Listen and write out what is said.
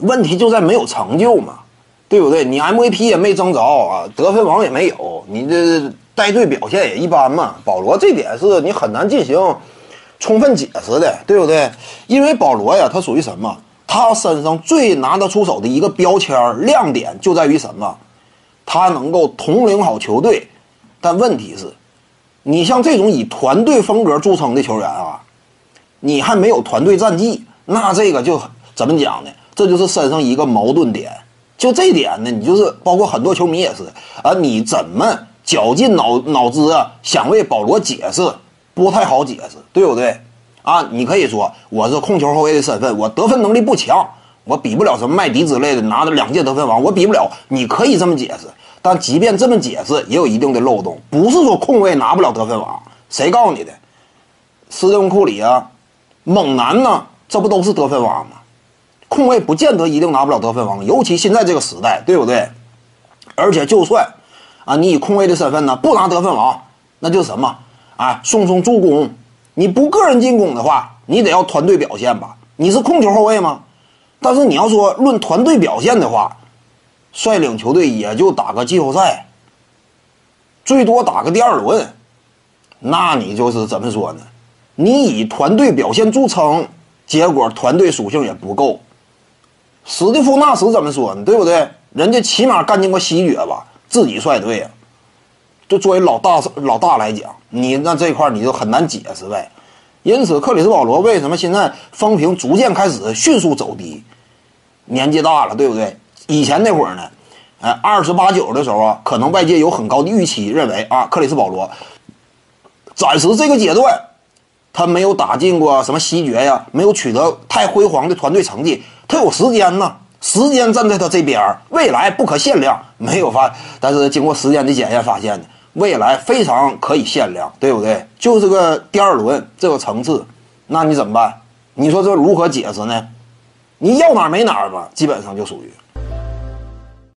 问题就在没有成就嘛，对不对？你 MVP 也没争着啊，得分王也没有，你这带队表现也一般嘛。保罗这点是你很难进行充分解释的，对不对？因为保罗呀，他属于什么？他身上最拿得出手的一个标签亮点就在于什么？他能够统领好球队。但问题是，你像这种以团队风格著称的球员啊，你还没有团队战绩，那这个就怎么讲呢？这就是身上一个矛盾点。就这点呢，你就是包括很多球迷也是啊，你怎么绞尽脑汁啊，想为保罗解释，不太好解释，对不对？啊，你可以说我是控球后卫的身份，我得分能力不强，我比不了什么麦迪之类的，拿着2届得分王，我比不了。你可以这么解释，但即便这么解释，也有一定的漏洞。不是说控卫拿不了得分王，谁告诉你的？斯蒂芬库里啊，猛男呢，这不都是得分王吗？控卫不见得一定拿不了得分王，尤其现在这个时代，对不对？而且就算啊，你以控卫的身份呢，不拿得分王，那就是什么啊？送助攻。你不个人进攻的话，你得要团队表现吧？你是控球后卫吗？但是你要说论团队表现的话，率领球队也就打个季后赛，最多打个第2轮，那你就是怎么说呢？你以团队表现著称，结果团队属性也不够。史蒂夫纳什怎么说呢？对不对？人家起码干进过西决吧，自己率队啊。就作为老大来讲，你那这块你就很难解释呗。因此，克里斯保罗为什么现在风评逐渐开始迅速走低？年纪大了，对不对？以前那会儿呢，28、9的时候啊，可能外界有很高的预期，认为啊，克里斯保罗暂时这个阶段他没有打进过什么西决呀，没有取得太辉煌的团队成绩，他有时间呢，时间站在他这边，未来不可限量，没有但是经过时间的检验发现呢，未来非常可以限量，对不对？就这个第2轮这个层次，那你怎么办？你说这如何解释呢？你要哪儿没哪儿吧，基本上就属于。